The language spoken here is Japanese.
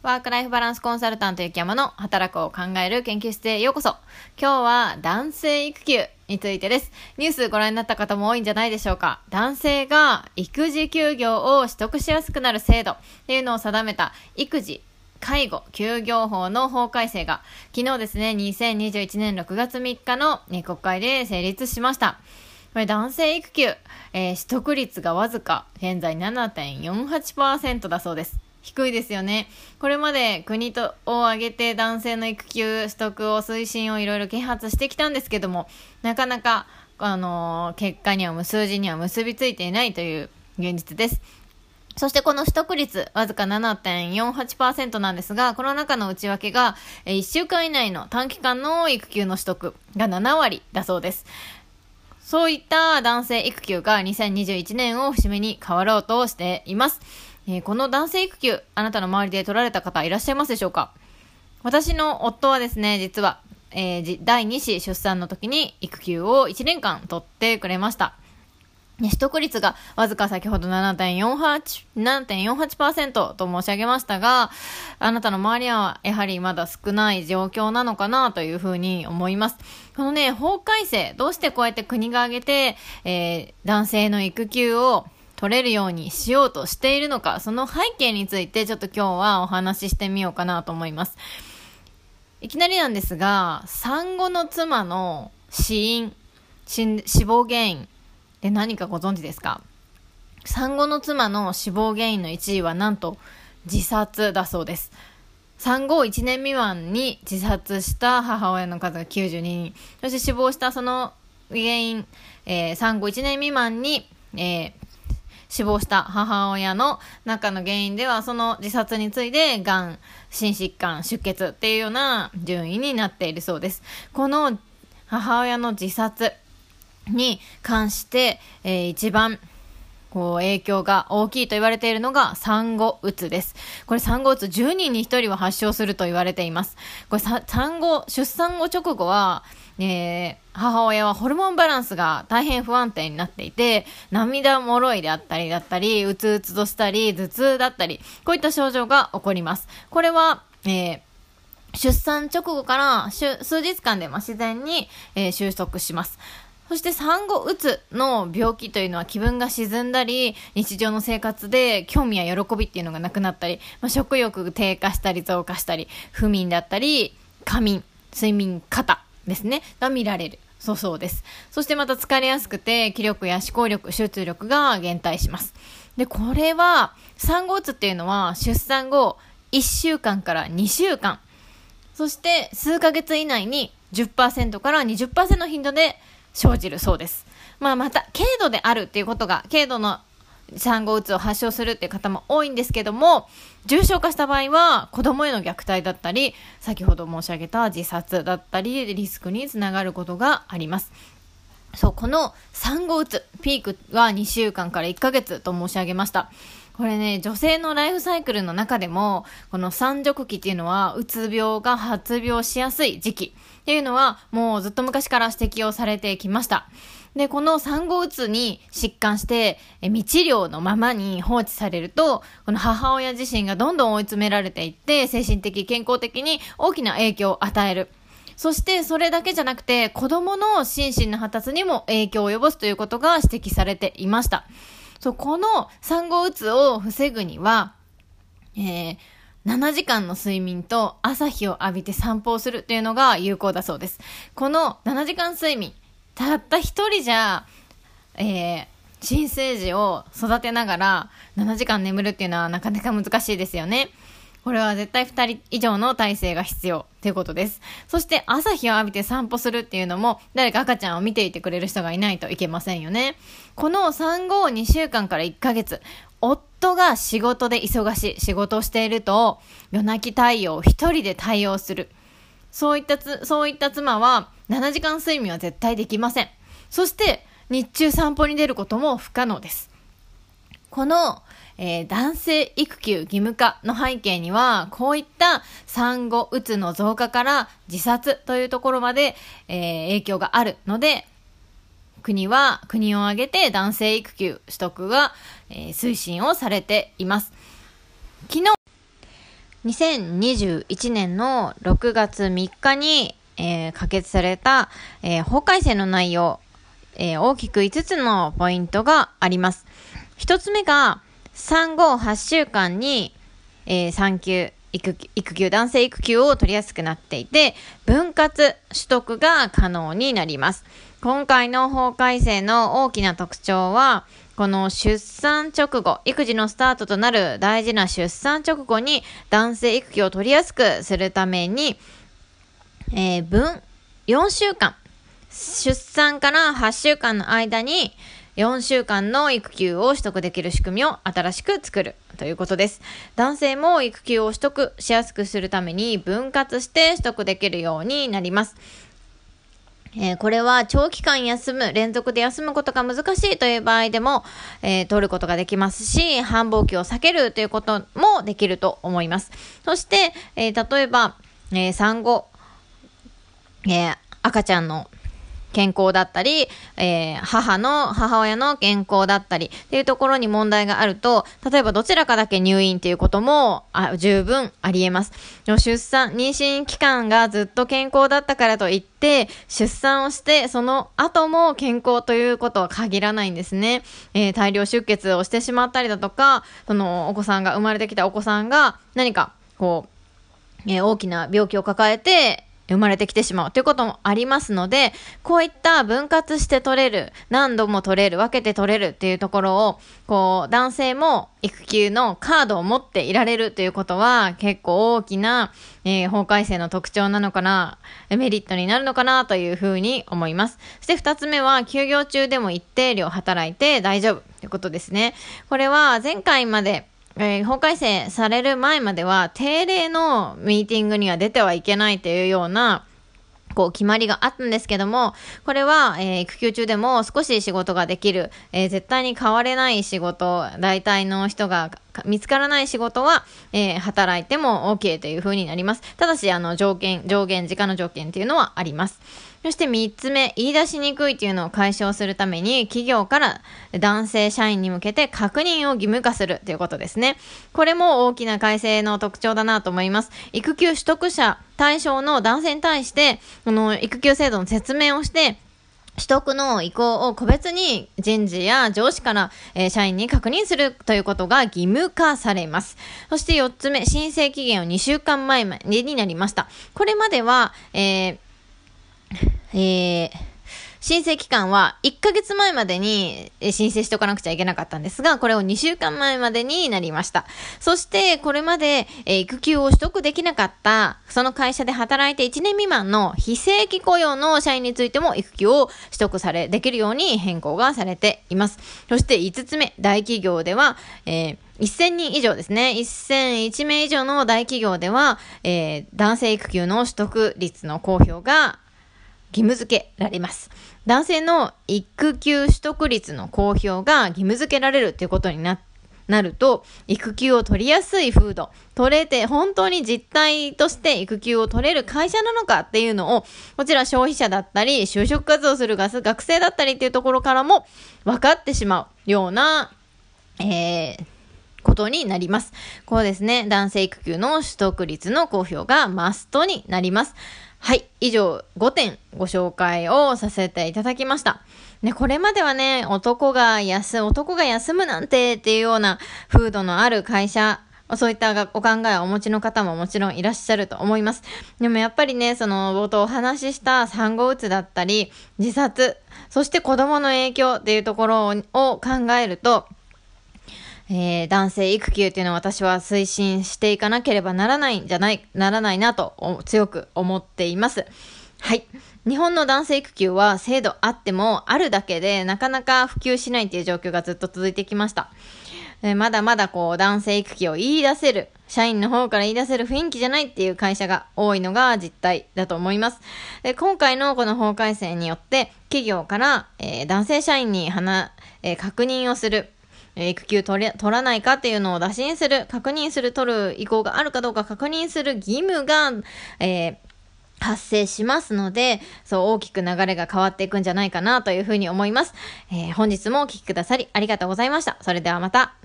ワークライフバランスコンサルタント雪山の働くを考える研究室へようこそ。今日は男性育休についてです。ニュースご覧になった方も多いんじゃないでしょうか。男性が育児休業を取得しやすくなる制度っていうのを定めた育児介護休業法の法改正が昨日ですね、2021年6月3日の国会で成立しました。これ男性育休、取得率がわずか現在 7.48% だそうです。低いですよね。これまで国を挙げて男性の育休取得を推進をいろいろ啓発してきたんですけども、なかなか、結果には数字には結びついていないという現実です。そしてこの取得率わずか 7.48% なんですが、この中の内訳が1週間以内の短期間の育休の取得が7割だそうです。そういった男性育休が2021年を節目に変わろうとしています。この男性育休、あなたの周りで取られた方いらっしゃいますでしょうか？私の夫はですね、実は、第2子出産の時に育休を1年間取ってくれました。取得率がわずか先ほど 7.48% と申し上げましたが、あなたの周りはやはりまだ少ない状況なのかなというふうに思います。このね、法改正、どうしてこうやって国が挙げて、男性の育休を取れるようにしようとしているのか、その背景についてちょっと今日はお話ししてみようかなと思います。いきなりなんですが、産後の妻の死亡原因で何かご存知ですか？産後の妻の死亡原因の1位はなんと自殺だそうです。産後1年未満に自殺した母親の数が92人、そして死亡したその原因、産後1年未満に、死亡した母親の中の原因では、その自殺についてがん、心疾患、出血っていうような順位になっているそうです。この母親の自殺に関して、一番影響が大きいと言われているのが産後うつです。これ産後うつ10人に1人は発症すると言われています。これ出産後直後は、母親はホルモンバランスが大変不安定になっていて、涙もろいであったりうつうつとしたり頭痛だったり、こういった症状が起こります。これは、出産直後から数日間で自然に、収束します。そして産後うつの病気というのは気分が沈んだり、日常の生活で興味や喜びっていうのがなくなったり、食欲低下したり増加したり、不眠だったり、過眠、睡眠過多ですね、が見られる。そうです。そしてまた疲れやすくて、気力や思考力、集中力が減退します。で、これは、産後うつっていうのは出産後1週間から2週間、そして数ヶ月以内に 10% から 20% の頻度で生じるそうです。また軽度であるっていうことが、軽度の産後うつを発症するっていう方も多いんですけども、重症化した場合は子供への虐待だったり、先ほど申し上げた自殺だったりリスクにつながることがあります。この産後うつピークは2週間から1ヶ月と申し上げました。これね、女性のライフサイクルの中でもこの産褥期っていうのはうつ病が発病しやすい時期っていうのはもうずっと昔から指摘をされてきました。で、この産後うつに疾患して未治療のままに放置されると、この母親自身がどんどん追い詰められていって、精神的健康的に大きな影響を与える。そしてそれだけじゃなくて、子供の心身の発達にも影響を及ぼすということが指摘されていました。この産後うつを防ぐには、7時間の睡眠と朝日を浴びて散歩をするというのが有効だそうです。この7時間睡眠、たった一人じゃ、新生児を育てながら7時間眠るっていうのはなかなか難しいですよね。これは絶対2人以上の体制が必要ということです。そして朝日を浴びて散歩するっていうのも、誰か赤ちゃんを見ていてくれる人がいないといけませんよね。この産後2週間から1ヶ月、夫が仕事で忙しい、仕事をしていると夜泣き対応を一人で対応する。そういった妻は7時間睡眠は絶対できません。そして日中散歩に出ることも不可能です。この男性育休義務化の背景には、こういった産後うつの増加から自殺というところまで、影響があるので、国を挙げて男性育休取得が、推進をされています。昨日 2021年の6月3日に、可決された、法改正の内容、大きく5つのポイントがあります。1つ目が産後8週間に、産休育休男性育休を取りやすくなっていて、分割取得が可能になります。今回の法改正の大きな特徴は、この出産直後、育児のスタートとなる大事な出産直後に男性育休を取りやすくするために、4週間、出産から8週間の間に4週間の育休を取得できる仕組みを新しく作るということです。男性も育休を取得しやすくするために分割して取得できるようになります。これは長期間連続で休むことが難しいという場合でも、取ることができますし、繁忙期を避けるということもできると思います。そして、例えば、産後、赤ちゃんの健康だったり、母親の健康だったりっていうところに問題があると、例えばどちらかだけ入院っていうことも十分あり得ます。妊娠期間がずっと健康だったからといって出産をしてその後も健康ということは限らないんですね。大量出血をしてしまったりだとか、生まれてきたお子さんが何か大きな病気を抱えて生まれてきてしまうということもありますので、こういった分割して取れる、何度も取れる、分けて取れるっていうところを、男性も育休のカードを持っていられるということは結構大きな、法改正の特徴なのかな、メリットになるのかなというふうに思います。そして2つ目は、休業中でも一定量働いて大丈夫ということですね。これは前回まで法改正される前までは定例のミーティングには出てはいけないというような決まりがあったんですけども、これは、育休中でも少し仕事ができる、絶対に変われない仕事、大体の人が見つからない仕事は、働いても OK という風になります。ただし上限時間の条件というのはあります。そして3つ目、言い出しにくいというのを解消するために企業から男性社員に向けて確認を義務化するということですね。これも大きな改正の特徴だなと思います。育休取得者対象の男性に対してこの育休制度の説明をして、取得の意向を個別に人事や上司から、社員に確認するということが義務化されます。そして4つ目、申請期限を2週間前になりました。これまでは、申請期間は1ヶ月前までに申請しておかなくちゃいけなかったんですが、これを2週間前までになりました。そしてこれまで育休を取得できなかったその会社で働いて1年未満の非正規雇用の社員についても育休を取得できるように変更がされています。そして5つ目、大企業では、1000人以上ですね。1001名以上の大企業では、男性育休の取得率の公表が義務付けられます。男性の育休取得率の公表が義務付けられるということになると、育休を取りやすい風土、取れて本当に実態として育休を取れる会社なのかっていうのを、こちら消費者だったり就職活動する学生だったりっていうところからも分かってしまうような、ことになります。こうですね、男性育休の取得率の公表がマストになります。はい、以上5点ご紹介をさせていただきました。ね、これまではね、男が休むなんてっていうような風土のある会社、そういったお考えをお持ちの方ももちろんいらっしゃると思います。でもやっぱりね、その冒頭お話しした産後うつだったり、自殺、そして子供の影響っていうところを考えると、男性育休っていうのは私は推進していかなければならないなと強く思っています。はい。日本の男性育休は制度あってもあるだけでなかなか普及しないっていう状況がずっと続いてきました。まだまだ男性育休を社員の方から言い出せる雰囲気じゃないっていう会社が多いのが実態だと思います。今回のこの法改正によって企業から、男性社員に確認をする、育休取らないかっていうのを打診する、取る意向があるかどうか確認する義務が、発生しますので、大きく流れが変わっていくんじゃないかなというふうに思います。本日もお聞きくださりありがとうございました。それではまた。